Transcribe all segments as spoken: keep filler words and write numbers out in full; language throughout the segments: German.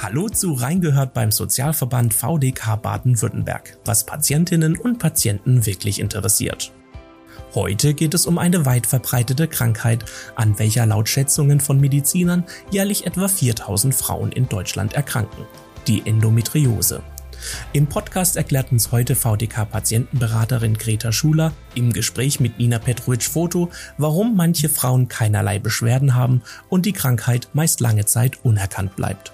Hallo zu Reingehört beim Sozialverband V D K Baden-Württemberg, was Patientinnen und Patienten wirklich interessiert. Heute geht es um eine weit verbreitete Krankheit, an welcher laut Schätzungen von Medizinern jährlich etwa viertausend Frauen in Deutschland erkranken: die Endometriose. Im Podcast erklärt uns heute V D K-Patientenberaterin Greta Schuler im Gespräch mit Nina Petrovic-Foto, warum manche Frauen keinerlei Beschwerden haben und die Krankheit meist lange Zeit unerkannt bleibt.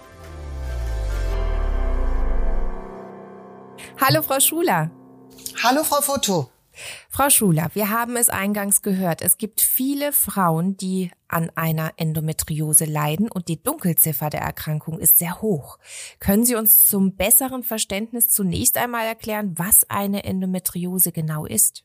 Hallo Frau Schuler. Hallo Frau Foto. Frau Schuler, wir haben es eingangs gehört. Es gibt viele Frauen, die an einer Endometriose leiden und die Dunkelziffer der Erkrankung ist sehr hoch. Können Sie uns zum besseren Verständnis zunächst einmal erklären, was eine Endometriose genau ist?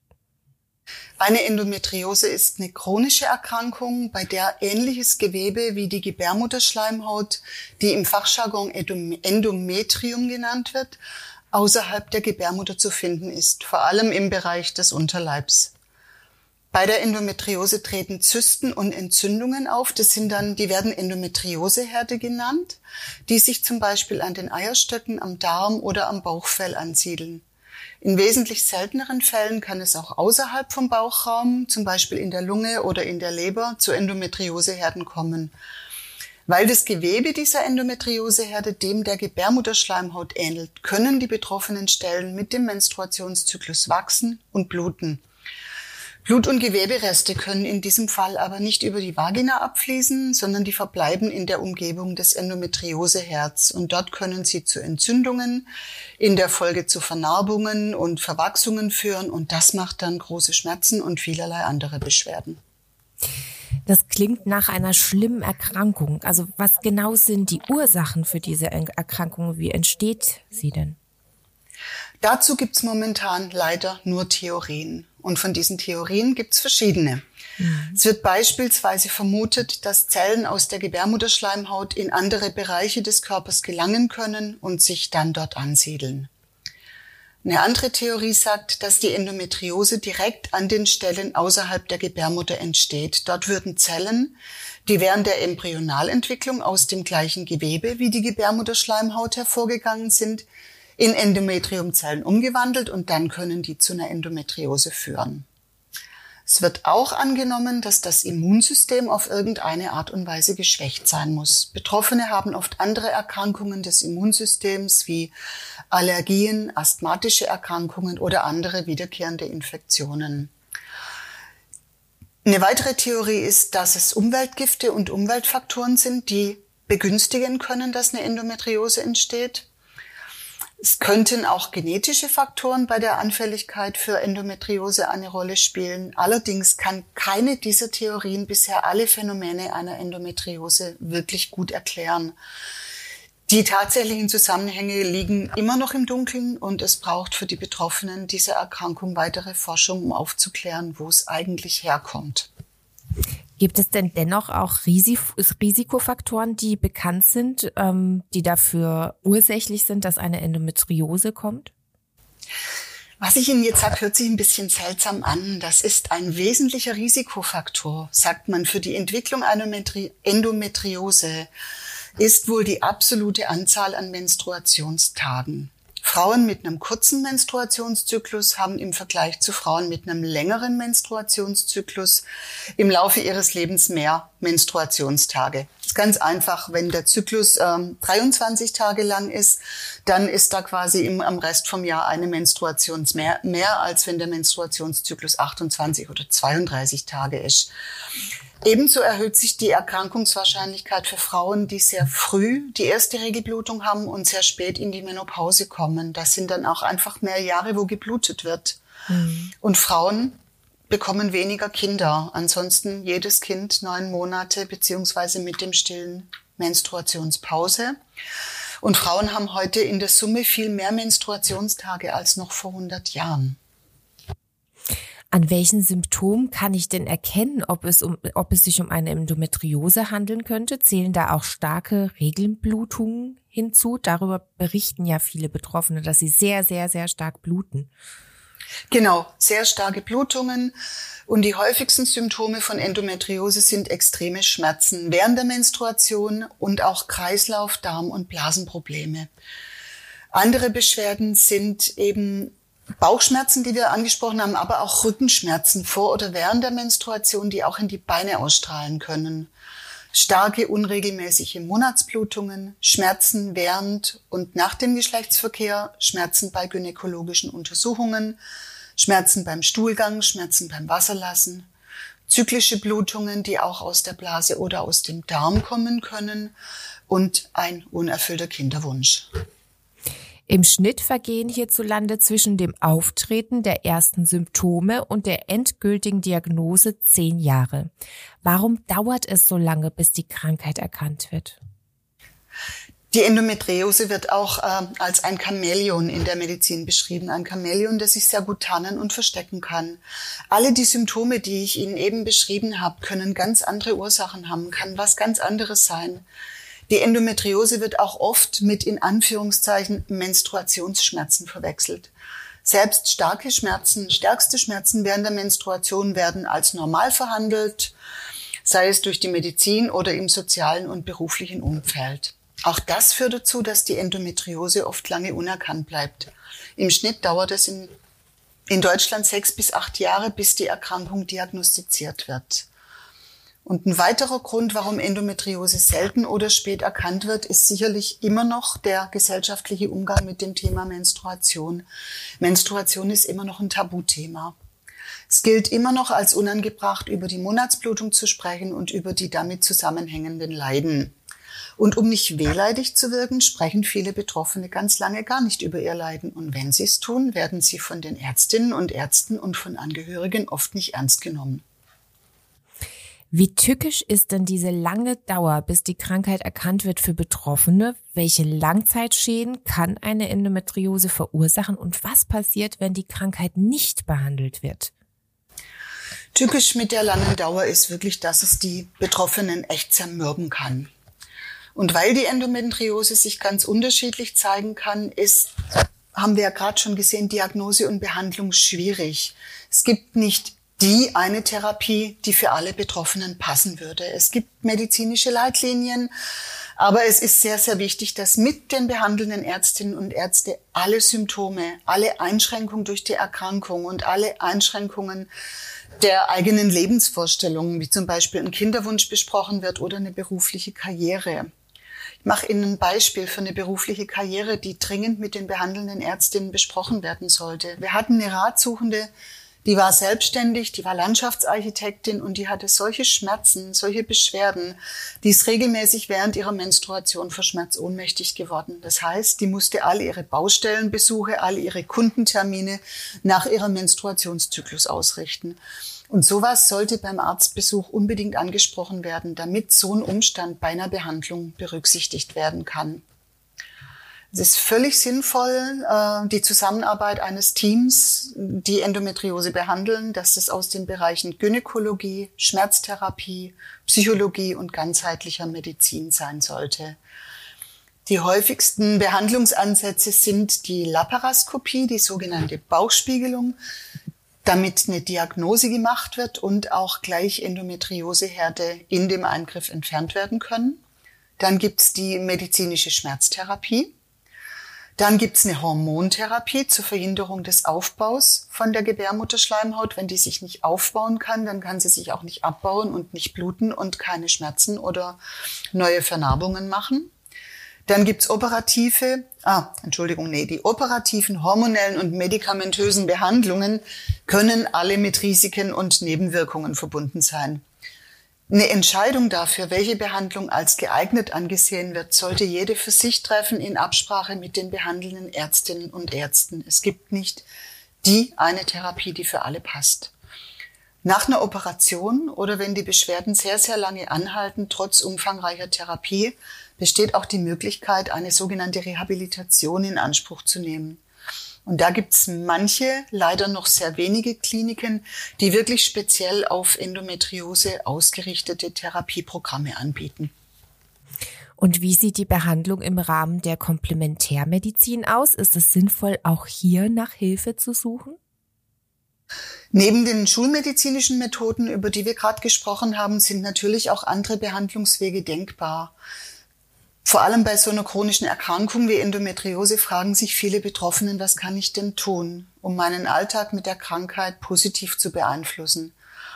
Eine Endometriose ist eine chronische Erkrankung, bei der ähnliches Gewebe wie die Gebärmutterschleimhaut, die im Fachjargon Endometrium genannt wird, außerhalb der Gebärmutter zu finden ist, vor allem im Bereich des Unterleibs. Bei der Endometriose treten Zysten und Entzündungen auf. Das sind dann, die werden Endometrioseherde genannt, die sich zum Beispiel an den Eierstöcken, am Darm oder am Bauchfell ansiedeln. In wesentlich selteneren Fällen kann es auch außerhalb vom Bauchraum, zum Beispiel in der Lunge oder in der Leber, zu Endometrioseherden kommen. Weil das Gewebe dieser Endometrioseherde dem der Gebärmutterschleimhaut ähnelt, können die betroffenen Stellen mit dem Menstruationszyklus wachsen und bluten. Blut- und Gewebereste können in diesem Fall aber nicht über die Vagina abfließen, sondern die verbleiben in der Umgebung des Endometrioseherds. Und dort können sie zu Entzündungen, in der Folge zu Vernarbungen und Verwachsungen führen. Und das macht dann große Schmerzen und vielerlei andere Beschwerden. Das klingt nach einer schlimmen Erkrankung. Also was genau sind die Ursachen für diese Erkrankung? Wie entsteht sie denn? Dazu gibt's momentan leider nur Theorien. Und von diesen Theorien gibt's verschiedene. Mhm. Es wird beispielsweise vermutet, dass Zellen aus der Gebärmutterschleimhaut in andere Bereiche des Körpers gelangen können und sich dann dort ansiedeln. Eine andere Theorie sagt, dass die Endometriose direkt an den Stellen außerhalb der Gebärmutter entsteht. Dort würden Zellen, die während der Embryonalentwicklung aus dem gleichen Gewebe wie die Gebärmutterschleimhaut hervorgegangen sind, in Endometriumzellen umgewandelt und dann können die zu einer Endometriose führen. Es wird auch angenommen, dass das Immunsystem auf irgendeine Art und Weise geschwächt sein muss. Betroffene haben oft andere Erkrankungen des Immunsystems wie Allergien, asthmatische Erkrankungen oder andere wiederkehrende Infektionen. Eine weitere Theorie ist, dass es Umweltgifte und Umweltfaktoren sind, die begünstigen können, dass eine Endometriose entsteht. Es könnten auch genetische Faktoren bei der Anfälligkeit für Endometriose eine Rolle spielen. Allerdings kann keine dieser Theorien bisher alle Phänomene einer Endometriose wirklich gut erklären. Die tatsächlichen Zusammenhänge liegen immer noch im Dunkeln und es braucht für die Betroffenen dieser Erkrankung weitere Forschung, um aufzuklären, wo es eigentlich herkommt. Gibt es denn dennoch auch Risikofaktoren, die bekannt sind, ähm, die dafür ursächlich sind, dass eine Endometriose kommt? Was ich Ihnen jetzt sage, hört sich ein bisschen seltsam an. Das ist ein wesentlicher Risikofaktor, sagt man, für die Entwicklung einer Endometriose, ist wohl die absolute Anzahl an Menstruationstagen. Frauen mit einem kurzen Menstruationszyklus haben im Vergleich zu Frauen mit einem längeren Menstruationszyklus im Laufe ihres Lebens mehr Menstruationstage. Das ist ganz einfach, wenn der Zyklus ähm, dreiundzwanzig Tage lang ist, dann ist da quasi im, am Rest vom Jahr eine Menstruation mehr, mehr, als wenn der Menstruationszyklus achtundzwanzig oder zweiunddreißig Tage ist. Ebenso erhöht sich die Erkrankungswahrscheinlichkeit für Frauen, die sehr früh die erste Regelblutung haben und sehr spät in die Menopause kommen. Das sind dann auch einfach mehr Jahre, wo geblutet wird. Mhm. Und Frauen bekommen weniger Kinder. Ansonsten jedes Kind neun Monate beziehungsweise mit dem stillen Menstruationspause. Und Frauen haben heute in der Summe viel mehr Menstruationstage als noch vor hundert Jahren. An welchen Symptomen kann ich denn erkennen, ob es, um, ob es sich um eine Endometriose handeln könnte? Zählen da auch starke Regelblutungen hinzu? Darüber berichten ja viele Betroffene, dass sie sehr, sehr, sehr stark bluten. Genau, sehr starke Blutungen. Und die häufigsten Symptome von Endometriose sind extreme Schmerzen während der Menstruation und auch Kreislauf-, Darm- und Blasenprobleme. Andere Beschwerden sind eben Bauchschmerzen, die wir angesprochen haben, aber auch Rückenschmerzen vor oder während der Menstruation, die auch in die Beine ausstrahlen können. Starke, unregelmäßige Monatsblutungen, Schmerzen während und nach dem Geschlechtsverkehr, Schmerzen bei gynäkologischen Untersuchungen, Schmerzen beim Stuhlgang, Schmerzen beim Wasserlassen, zyklische Blutungen, die auch aus der Blase oder aus dem Darm kommen können und ein unerfüllter Kinderwunsch. Im Schnitt vergehen hierzulande zwischen dem Auftreten der ersten Symptome und der endgültigen Diagnose zehn Jahre. Warum dauert es so lange, bis die Krankheit erkannt wird? Die Endometriose wird auch äh, als ein Chamäleon in der Medizin beschrieben. Ein Chamäleon, das sich sehr gut tarnen und verstecken kann. Alle die Symptome, die ich Ihnen eben beschrieben habe, können ganz andere Ursachen haben, kann was ganz anderes sein. Die Endometriose wird auch oft mit in Anführungszeichen Menstruationsschmerzen verwechselt. Selbst starke Schmerzen, stärkste Schmerzen während der Menstruation werden als normal verhandelt, sei es durch die Medizin oder im sozialen und beruflichen Umfeld. Auch das führt dazu, dass die Endometriose oft lange unerkannt bleibt. Im Schnitt dauert es in, in Deutschland sechs bis acht Jahre, bis die Erkrankung diagnostiziert wird. Und ein weiterer Grund, warum Endometriose selten oder spät erkannt wird, ist sicherlich immer noch der gesellschaftliche Umgang mit dem Thema Menstruation. Menstruation ist immer noch ein Tabuthema. Es gilt immer noch als unangebracht, über die Monatsblutung zu sprechen und über die damit zusammenhängenden Leiden. Und um nicht wehleidig zu wirken, sprechen viele Betroffene ganz lange gar nicht über ihr Leiden. Und wenn sie es tun, werden sie von den Ärztinnen und Ärzten und von Angehörigen oft nicht ernst genommen. Wie tückisch ist denn diese lange Dauer, bis die Krankheit erkannt wird für Betroffene? Welche Langzeitschäden kann eine Endometriose verursachen und was passiert, wenn die Krankheit nicht behandelt wird? Typisch mit der langen Dauer ist wirklich, dass es die Betroffenen echt zermürben kann. Und weil die Endometriose sich ganz unterschiedlich zeigen kann, ist, haben wir ja gerade schon gesehen, Diagnose und Behandlung schwierig. Es gibt nicht die eine Therapie, die für alle Betroffenen passen würde. Es gibt medizinische Leitlinien, aber es ist sehr, sehr wichtig, dass mit den behandelnden Ärztinnen und Ärzten alle Symptome, alle Einschränkungen durch die Erkrankung und alle Einschränkungen der eigenen Lebensvorstellungen, wie zum Beispiel ein Kinderwunsch besprochen wird oder eine berufliche Karriere. Ich mache Ihnen ein Beispiel für eine berufliche Karriere, die dringend mit den behandelnden Ärztinnen besprochen werden sollte. Wir hatten eine Ratsuchende, die war selbstständig, die war Landschaftsarchitektin und die hatte solche Schmerzen, solche Beschwerden, die ist regelmäßig während ihrer Menstruation vor Schmerz ohnmächtig geworden. Das heißt, die musste alle ihre Baustellenbesuche, alle ihre Kundentermine nach ihrem Menstruationszyklus ausrichten. Und sowas sollte beim Arztbesuch unbedingt angesprochen werden, damit so ein Umstand bei einer Behandlung berücksichtigt werden kann. Es ist völlig sinnvoll, die Zusammenarbeit eines Teams, die Endometriose behandeln, dass das aus den Bereichen Gynäkologie, Schmerztherapie, Psychologie und ganzheitlicher Medizin sein sollte. Die häufigsten Behandlungsansätze sind die Laparoskopie, die sogenannte Bauchspiegelung, damit eine Diagnose gemacht wird und auch gleich Endometrioseherde in dem Eingriff entfernt werden können. Dann gibt's die medizinische Schmerztherapie. Dann gibt's eine Hormontherapie zur Verhinderung des Aufbaus von der Gebärmutterschleimhaut. Wenn die sich nicht aufbauen kann, dann kann sie sich auch nicht abbauen und nicht bluten und keine Schmerzen oder neue Vernarbungen machen. Dann gibt's operative, ah, Entschuldigung, nee, die operativen, hormonellen und medikamentösen Behandlungen können alle mit Risiken und Nebenwirkungen verbunden sein. Eine Entscheidung dafür, welche Behandlung als geeignet angesehen wird, sollte jede für sich treffen in Absprache mit den behandelnden Ärztinnen und Ärzten. Es gibt nicht die eine Therapie, die für alle passt. Nach einer Operation oder wenn die Beschwerden sehr, sehr lange anhalten, trotz umfangreicher Therapie, besteht auch die Möglichkeit, eine sogenannte Rehabilitation in Anspruch zu nehmen. Und da gibt's manche, leider noch sehr wenige Kliniken, die wirklich speziell auf Endometriose ausgerichtete Therapieprogramme anbieten. Und wie sieht die Behandlung im Rahmen der Komplementärmedizin aus? Ist es sinnvoll, auch hier nach Hilfe zu suchen? Neben den schulmedizinischen Methoden, über die wir gerade gesprochen haben, sind natürlich auch andere Behandlungswege denkbar. Vor allem bei so einer chronischen Erkrankung wie Endometriose fragen sich viele Betroffenen, was kann ich denn tun, um meinen Alltag mit der Krankheit positiv zu beeinflussen?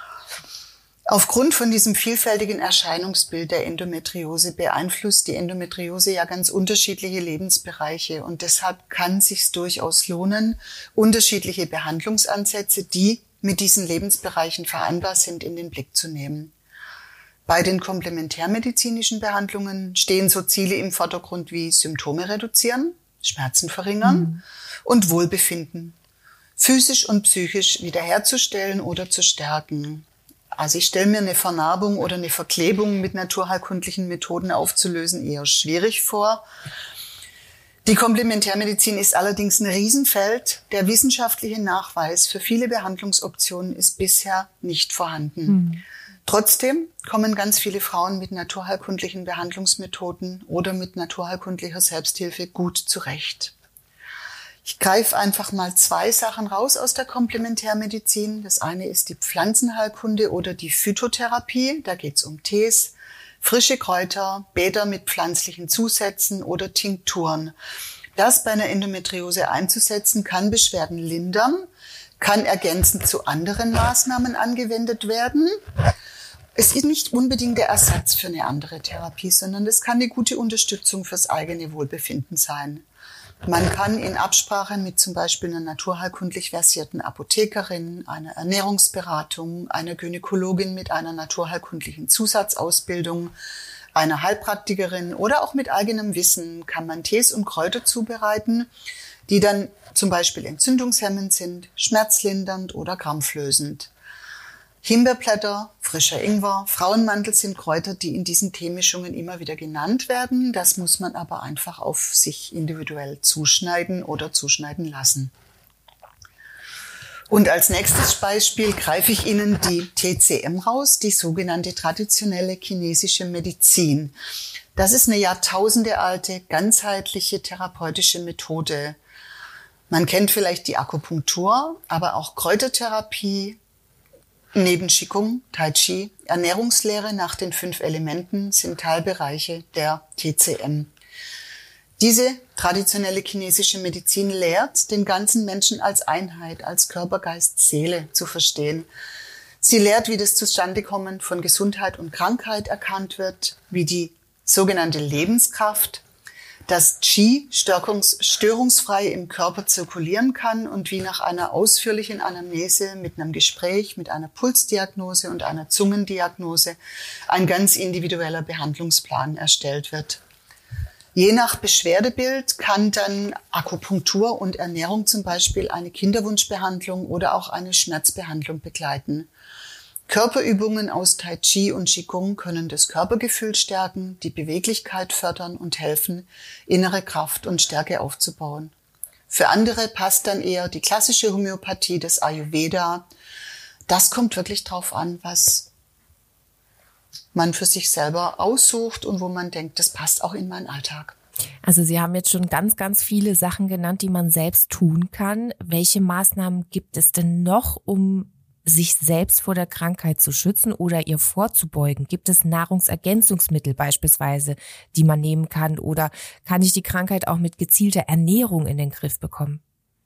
Aufgrund von diesem vielfältigen Erscheinungsbild der Endometriose beeinflusst die Endometriose ja ganz unterschiedliche Lebensbereiche und deshalb kann es sich durchaus lohnen, unterschiedliche Behandlungsansätze, die mit diesen Lebensbereichen vereinbar sind, in den Blick zu nehmen. Bei den komplementärmedizinischen Behandlungen stehen so Ziele im Vordergrund wie Symptome reduzieren, Schmerzen verringern mhm. und Wohlbefinden, physisch und psychisch wiederherzustellen oder zu stärken. Also ich stelle mir eine Vernarbung oder eine Verklebung mit naturheilkundlichen Methoden aufzulösen eher schwierig vor. Die Komplementärmedizin ist allerdings ein Riesenfeld. Der wissenschaftliche Nachweis für viele Behandlungsoptionen ist bisher nicht vorhanden. Mhm. Trotzdem kommen ganz viele Frauen mit naturheilkundlichen Behandlungsmethoden oder mit naturheilkundlicher Selbsthilfe gut zurecht. Ich greife einfach mal zwei Sachen raus aus der Komplementärmedizin. Das eine ist die Pflanzenheilkunde oder die Phytotherapie. Da geht es um Tees, frische Kräuter, Bäder mit pflanzlichen Zusätzen oder Tinkturen. Das bei einer Endometriose einzusetzen, kann Beschwerden lindern, kann ergänzend zu anderen Maßnahmen angewendet werden. Es ist nicht unbedingt der Ersatz für eine andere Therapie, sondern es kann eine gute Unterstützung fürs eigene Wohlbefinden sein. Man kann in Absprache mit zum Beispiel einer naturheilkundlich versierten Apothekerin, einer Ernährungsberatung, einer Gynäkologin mit einer naturheilkundlichen Zusatzausbildung, einer Heilpraktikerin oder auch mit eigenem Wissen kann man Tees und Kräuter zubereiten, die dann zum Beispiel entzündungshemmend sind, schmerzlindernd oder krampflösend. Himbeerblätter, frischer Ingwer, Frauenmantel sind Kräuter, die in diesen Teemischungen immer wieder genannt werden. Das muss man aber einfach auf sich individuell zuschneiden oder zuschneiden lassen. Und als nächstes Beispiel greife ich Ihnen die T C M raus, die sogenannte traditionelle chinesische Medizin. Das ist eine jahrtausendealte, ganzheitliche therapeutische Methode. Man kennt vielleicht die Akupunktur, aber auch Kräutertherapie, neben Qigong, Tai Chi, Ernährungslehre nach den fünf Elementen sind Teilbereiche der T C M. Diese traditionelle chinesische Medizin lehrt, den ganzen Menschen als Einheit, als Körper, Geist, Seele zu verstehen. Sie lehrt, wie das Zustandekommen von Gesundheit und Krankheit erkannt wird, wie die sogenannte Lebenskraft, dass Qi störungsfrei im Körper zirkulieren kann und wie nach einer ausführlichen Anamnese mit einem Gespräch, mit einer Pulsdiagnose und einer Zungendiagnose ein ganz individueller Behandlungsplan erstellt wird. Je nach Beschwerdebild kann dann Akupunktur und Ernährung zum Beispiel eine Kinderwunschbehandlung oder auch eine Schmerzbehandlung begleiten. Körperübungen aus Tai Chi und Qigong können das Körpergefühl stärken, die Beweglichkeit fördern und helfen, innere Kraft und Stärke aufzubauen. Für andere passt dann eher die klassische Homöopathie, das Ayurveda. Das kommt wirklich drauf an, was man für sich selber aussucht und wo man denkt, das passt auch in meinen Alltag. Also Sie haben jetzt schon ganz, ganz viele Sachen genannt, die man selbst tun kann. Welche Maßnahmen gibt es denn noch, um sich selbst vor der Krankheit zu schützen oder ihr vorzubeugen? Gibt es Nahrungsergänzungsmittel beispielsweise, die man nehmen kann? Oder kann ich die Krankheit auch mit gezielter Ernährung in den Griff bekommen?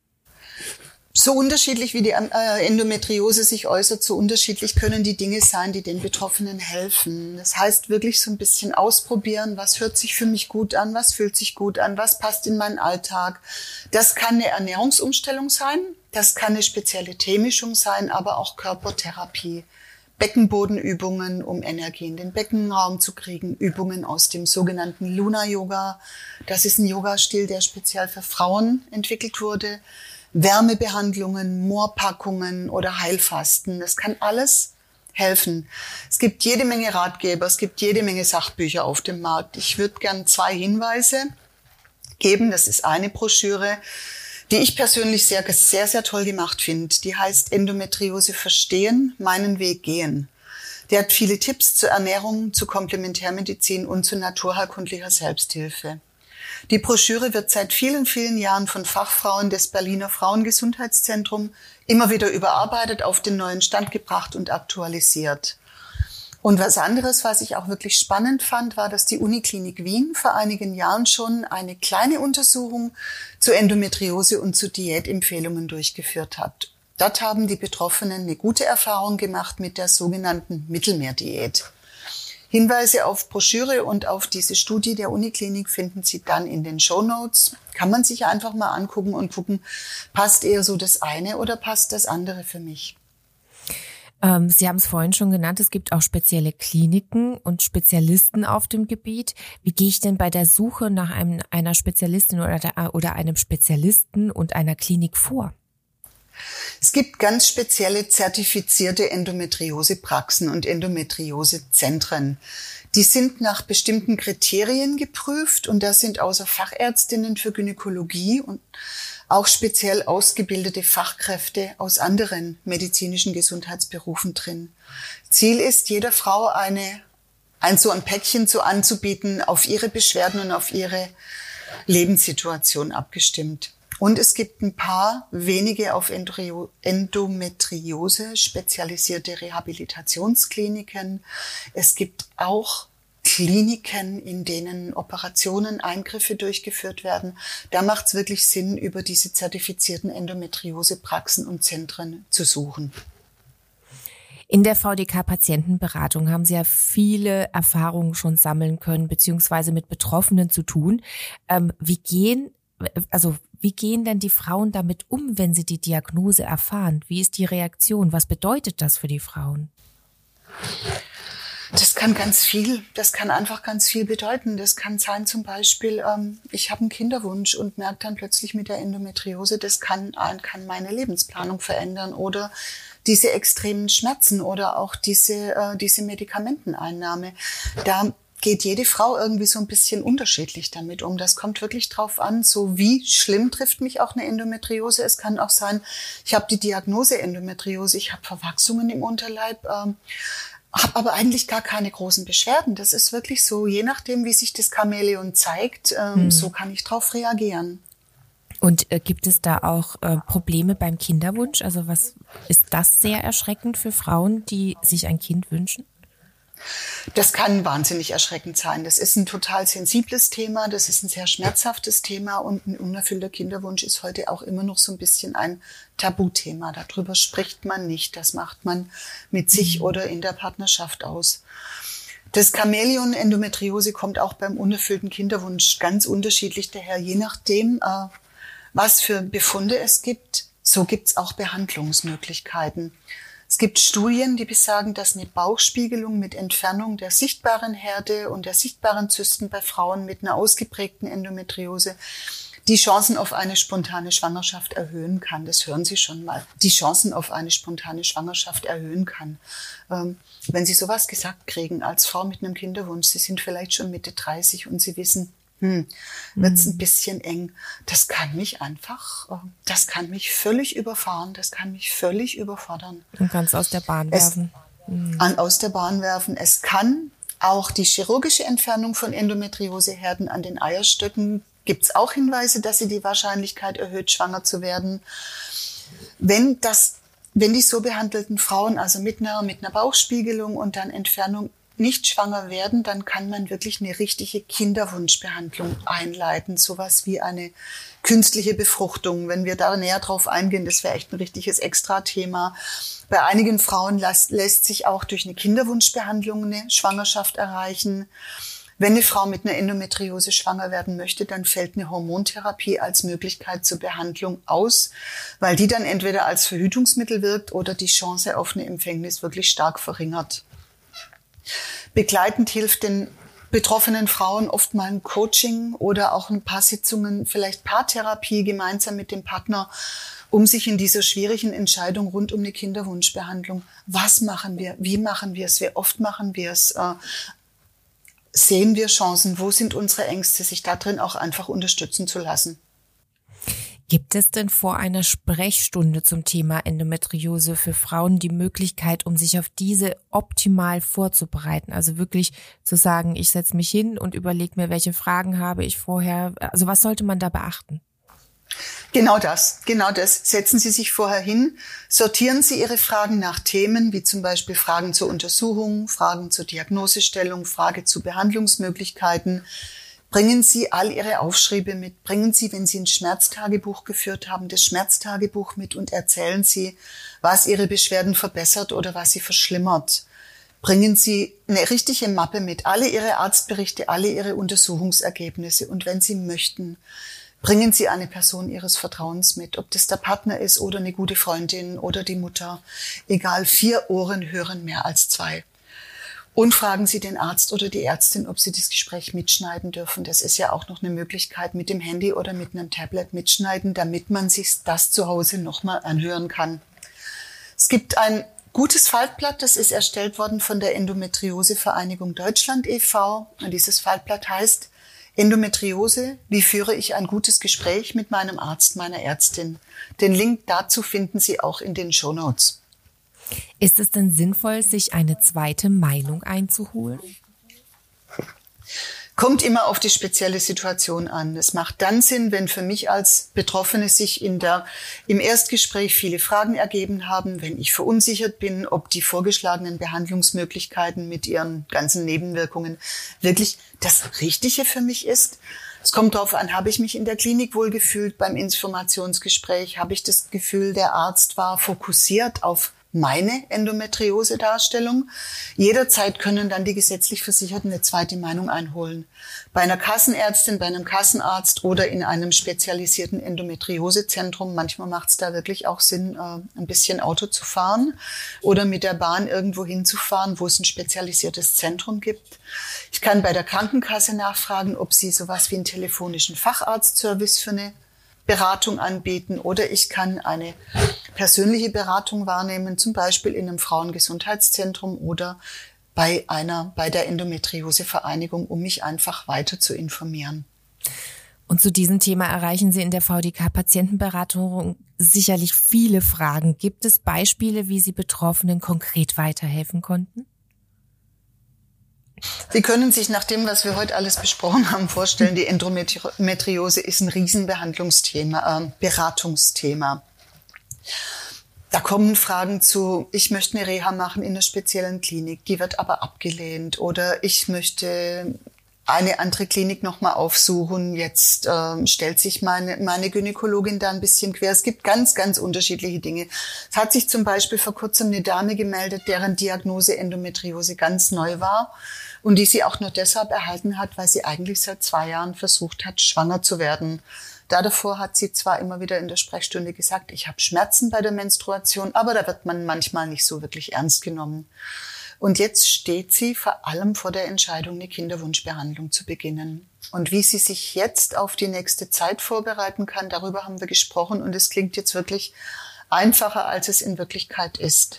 So unterschiedlich wie die Endometriose sich äußert, so unterschiedlich können die Dinge sein, die den Betroffenen helfen. Das heißt wirklich so ein bisschen ausprobieren, was hört sich für mich gut an, was fühlt sich gut an, was passt in meinen Alltag. Das kann eine Ernährungsumstellung sein, das kann eine spezielle Teemischung sein, aber auch Körpertherapie. Beckenbodenübungen, um Energie in den Beckenraum zu kriegen, Übungen aus dem sogenannten Luna-Yoga. Das ist ein Yoga-Stil, der speziell für Frauen entwickelt wurde. Wärmebehandlungen, Moorpackungen oder Heilfasten. Das kann alles helfen. Es gibt jede Menge Ratgeber, es gibt jede Menge Sachbücher auf dem Markt. Ich würde gern zwei Hinweise geben. Das ist eine Broschüre, die ich persönlich sehr, sehr, sehr toll gemacht finde. Die heißt Endometriose verstehen, meinen Weg gehen. Die hat viele Tipps zur Ernährung, zu Komplementärmedizin und zu naturheilkundlicher Selbsthilfe. Die Broschüre wird seit vielen, vielen Jahren von Fachfrauen des Berliner Frauengesundheitszentrums immer wieder überarbeitet, auf den neuen Stand gebracht und aktualisiert. Und was anderes, was ich auch wirklich spannend fand, war, dass die Uniklinik Wien vor einigen Jahren schon eine kleine Untersuchung zu Endometriose und zu Diätempfehlungen durchgeführt hat. Dort haben die Betroffenen eine gute Erfahrung gemacht mit der sogenannten Mittelmeerdiät. Hinweise auf Broschüre und auf diese Studie der Uniklinik finden Sie dann in den Shownotes. Kann man sich einfach mal angucken und gucken, passt eher so das eine oder passt das andere für mich? Ähm, Sie haben es vorhin schon genannt, es gibt auch spezielle Kliniken und Spezialisten auf dem Gebiet. Wie gehe ich denn bei der Suche nach einem, einer Spezialistin oder, der, oder einem Spezialisten und einer Klinik vor? Es gibt ganz spezielle zertifizierte Endometriosepraxen und Endometriosezentren. Die sind nach bestimmten Kriterien geprüft und da sind außer Fachärztinnen für Gynäkologie und auch speziell ausgebildete Fachkräfte aus anderen medizinischen Gesundheitsberufen drin. Ziel ist, jeder Frau eine, ein so ein Päckchen so anzubieten, auf ihre Beschwerden und auf ihre Lebenssituation abgestimmt. Und es gibt ein paar wenige auf Endometriose spezialisierte Rehabilitationskliniken. Es gibt auch Kliniken, in denen Operationen, Eingriffe durchgeführt werden. Da macht es wirklich Sinn, über diese zertifizierten Endometriosepraxen und Zentren zu suchen. In der V D K-Patientenberatung haben Sie ja viele Erfahrungen schon sammeln können, beziehungsweise mit Betroffenen zu tun. Ähm, wie gehen, also Wie gehen denn die Frauen damit um, wenn sie die Diagnose erfahren? Wie ist die Reaktion? Was bedeutet das für die Frauen? Das kann ganz viel, das kann einfach ganz viel bedeuten. Das kann sein zum Beispiel, ähm, ich habe einen Kinderwunsch und merke dann plötzlich mit der Endometriose, das kann, kann meine Lebensplanung verändern oder diese extremen Schmerzen oder auch diese, äh, diese Medikamenteneinnahme. Da geht jede Frau irgendwie so ein bisschen unterschiedlich damit um. Das kommt wirklich drauf an, so wie schlimm trifft mich auch eine Endometriose. Es kann auch sein, ich habe die Diagnose Endometriose, ich habe Verwachsungen im Unterleib, ähm, habe aber eigentlich gar keine großen Beschwerden. Das ist wirklich so, je nachdem, wie sich das Chamäleon zeigt, ähm, hm. so kann ich drauf reagieren. Und äh, gibt es da auch äh, Probleme beim Kinderwunsch? Also was ist das sehr erschreckend für Frauen, die sich ein Kind wünschen? Das kann wahnsinnig erschreckend sein. Das ist ein total sensibles Thema, das ist ein sehr schmerzhaftes Thema und ein unerfüllter Kinderwunsch ist heute auch immer noch so ein bisschen ein Tabuthema. Darüber spricht man nicht, das macht man mit sich oder in der Partnerschaft aus. Das Chamäleon Endometriose kommt auch beim unerfüllten Kinderwunsch ganz unterschiedlich daher, je nachdem, äh, was für Befunde es gibt. So gibt's auch Behandlungsmöglichkeiten. Es gibt Studien, die besagen, dass eine Bauchspiegelung mit Entfernung der sichtbaren Herde und der sichtbaren Zysten bei Frauen mit einer ausgeprägten Endometriose die Chancen auf eine spontane Schwangerschaft erhöhen kann. Das hören Sie schon mal. Die Chancen auf eine spontane Schwangerschaft erhöhen kann. Ähm, wenn Sie sowas gesagt kriegen als Frau mit einem Kinderwunsch, Sie sind vielleicht schon Mitte dreißig und Sie wissen, Hm, wird's ein bisschen eng. Das kann mich einfach, das kann mich völlig überfahren, das kann mich völlig überfordern. Und ganz aus der Bahn werfen. Es, mhm. an, aus der Bahn werfen. Es kann auch die chirurgische Entfernung von Endometrioseherden an den Eierstöcken, gibt's auch Hinweise, dass sie die Wahrscheinlichkeit erhöht, schwanger zu werden. Wenn das, wenn die so behandelten Frauen, also mit einer, mit einer Bauchspiegelung und dann Entfernung nicht schwanger werden, dann kann man wirklich eine richtige Kinderwunschbehandlung einleiten. Sowas wie eine künstliche Befruchtung. Wenn wir da näher drauf eingehen, das wäre echt ein richtiges Extra-Thema. Bei einigen Frauen lässt, lässt sich auch durch eine Kinderwunschbehandlung eine Schwangerschaft erreichen. Wenn eine Frau mit einer Endometriose schwanger werden möchte, dann fällt eine Hormontherapie als Möglichkeit zur Behandlung aus, weil die dann entweder als Verhütungsmittel wirkt oder die Chance auf eine Empfängnis wirklich stark verringert. Begleitend hilft den betroffenen Frauen oft mal ein Coaching oder auch ein paar Sitzungen, vielleicht Paartherapie gemeinsam mit dem Partner, um sich in dieser schwierigen Entscheidung rund um eine Kinderwunschbehandlung, was machen wir, wie machen wir es, wie oft machen wir es, äh, sehen wir Chancen, wo sind unsere Ängste, sich da drin auch einfach unterstützen zu lassen. Gibt es denn vor einer Sprechstunde zum Thema Endometriose für Frauen die Möglichkeit, um sich auf diese optimal vorzubereiten? Also wirklich zu sagen, ich setze mich hin und überlege mir, welche Fragen habe ich vorher. Also was sollte man da beachten? Genau das, genau das. Setzen Sie sich vorher hin, sortieren Sie Ihre Fragen nach Themen, wie zum Beispiel Fragen zur Untersuchung, Fragen zur Diagnosestellung, Frage zu Behandlungsmöglichkeiten. Bringen Sie all Ihre Aufschriebe mit. Bringen Sie, wenn Sie ein Schmerztagebuch geführt haben, das Schmerztagebuch mit und erzählen Sie, was Ihre Beschwerden verbessert oder was sie verschlimmert. Bringen Sie eine richtige Mappe mit, alle Ihre Arztberichte, alle Ihre Untersuchungsergebnisse. Und wenn Sie möchten, bringen Sie eine Person Ihres Vertrauens mit, ob das der Partner ist oder eine gute Freundin oder die Mutter. Egal, vier Ohren hören mehr als zwei. Und fragen Sie den Arzt oder die Ärztin, ob Sie das Gespräch mitschneiden dürfen. Das ist ja auch noch eine Möglichkeit, mit dem Handy oder mit einem Tablet mitschneiden, damit man sich das zu Hause nochmal anhören kann. Es gibt ein gutes Faltblatt, das ist erstellt worden von der Endometriose-Vereinigung Deutschland e V Und dieses Faltblatt heißt Endometriose, wie führe ich ein gutes Gespräch mit meinem Arzt, meiner Ärztin. Den Link dazu finden Sie auch in den Shownotes. Ist es denn sinnvoll, sich eine zweite Meinung einzuholen? Kommt immer auf die spezielle Situation an. Es macht dann Sinn, wenn für mich als Betroffene sich in der, im Erstgespräch viele Fragen ergeben haben, wenn ich verunsichert bin, ob die vorgeschlagenen Behandlungsmöglichkeiten mit ihren ganzen Nebenwirkungen wirklich das Richtige für mich ist. Es kommt darauf an, habe ich mich in der Klinik wohlgefühlt beim Informationsgespräch? Habe ich das Gefühl, der Arzt war fokussiert auf meine Endometriose-Darstellung? Jederzeit können dann die gesetzlich Versicherten eine zweite Meinung einholen. Bei einer Kassenärztin, bei einem Kassenarzt oder in einem spezialisierten Endometriosezentrum. Manchmal macht es da wirklich auch Sinn, ein bisschen Auto zu fahren oder mit der Bahn irgendwo hinzufahren, wo es ein spezialisiertes Zentrum gibt. Ich kann bei der Krankenkasse nachfragen, ob sie sowas wie einen telefonischen Facharztservice für eine Beratung anbieten, oder ich kann eine persönliche Beratung wahrnehmen, zum Beispiel in einem Frauengesundheitszentrum oder bei einer, bei der Endometriose-Vereinigung, um mich einfach weiter zu informieren. Und zu diesem Thema erreichen Sie in der V D K-Patientenberatung sicherlich viele Fragen. Gibt es Beispiele, wie Sie Betroffenen konkret weiterhelfen konnten? Sie können sich nach dem, was wir heute alles besprochen haben, vorstellen, die Endometriose ist ein Riesenbehandlungsthema, äh, Beratungsthema. Da kommen Fragen zu, ich möchte eine Reha machen in einer speziellen Klinik, die wird aber abgelehnt, oder ich möchte eine andere Klinik nochmal aufsuchen, jetzt äh, stellt sich meine, meine Gynäkologin da ein bisschen quer. Es gibt ganz, ganz unterschiedliche Dinge. Es hat sich zum Beispiel vor kurzem eine Dame gemeldet, deren Diagnose Endometriose ganz neu war und die sie auch nur deshalb erhalten hat, weil sie eigentlich seit zwei Jahren versucht hat, schwanger zu werden. Da davor hat sie zwar immer wieder in der Sprechstunde gesagt, ich habe Schmerzen bei der Menstruation, aber da wird man manchmal nicht so wirklich ernst genommen. Und jetzt steht sie vor allem vor der Entscheidung, eine Kinderwunschbehandlung zu beginnen. Und wie sie sich jetzt auf die nächste Zeit vorbereiten kann, darüber haben wir gesprochen. Und es klingt jetzt wirklich einfacher, als es in Wirklichkeit ist.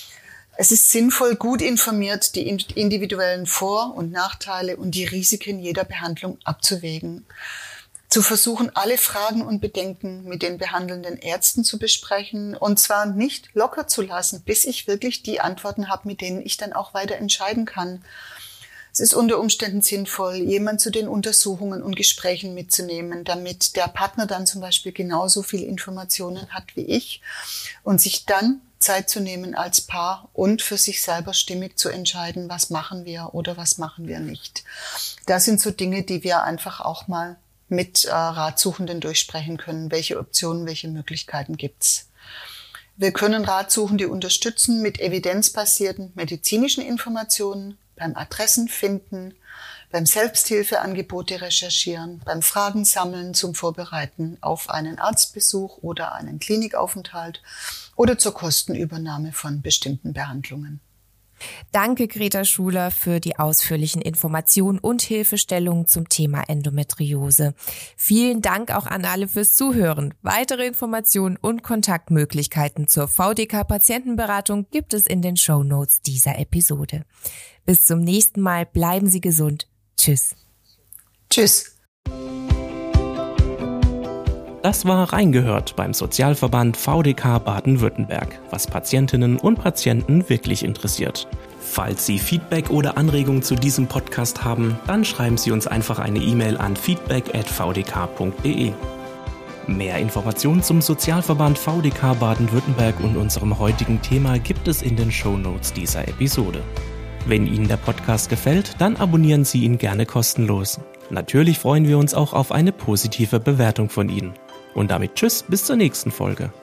Es ist sinnvoll, gut informiert die individuellen Vor- und Nachteile und die Risiken jeder Behandlung abzuwägen. Zu versuchen, alle Fragen und Bedenken mit den behandelnden Ärzten zu besprechen, und zwar nicht locker zu lassen, bis ich wirklich die Antworten habe, mit denen ich dann auch weiter entscheiden kann. Es ist unter Umständen sinnvoll, jemanden zu den Untersuchungen und Gesprächen mitzunehmen, damit der Partner dann zum Beispiel genauso viele Informationen hat wie ich und sich dann Zeit zu nehmen als Paar und für sich selber stimmig zu entscheiden, was machen wir oder was machen wir nicht. Das sind so Dinge, die wir einfach auch mal mit äh, Ratsuchenden durchsprechen können. Welche Optionen, welche Möglichkeiten gibt's? Wir können Ratsuchende unterstützen mit evidenzbasierten medizinischen Informationen, beim Adressen finden, beim Selbsthilfeangebote recherchieren, beim Fragen sammeln zum Vorbereiten auf einen Arztbesuch oder einen Klinikaufenthalt oder zur Kostenübernahme von bestimmten Behandlungen. Danke, Greta Schuler, für die ausführlichen Informationen und Hilfestellungen zum Thema Endometriose. Vielen Dank auch an alle fürs Zuhören. Weitere Informationen und Kontaktmöglichkeiten zur V D K-Patientenberatung gibt es in den Shownotes dieser Episode. Bis zum nächsten Mal. Bleiben Sie gesund. Tschüss. Tschüss. Das war Reingehört beim Sozialverband V D K Baden-Württemberg, was Patientinnen und Patienten wirklich interessiert. Falls Sie Feedback oder Anregungen zu diesem Podcast haben, dann schreiben Sie uns einfach eine E-Mail an feedback at v d k punkt d e. Mehr Informationen zum Sozialverband V D K Baden-Württemberg und unserem heutigen Thema gibt es in den Shownotes dieser Episode. Wenn Ihnen der Podcast gefällt, dann abonnieren Sie ihn gerne kostenlos. Natürlich freuen wir uns auch auf eine positive Bewertung von Ihnen. Und damit tschüss, bis zur nächsten Folge.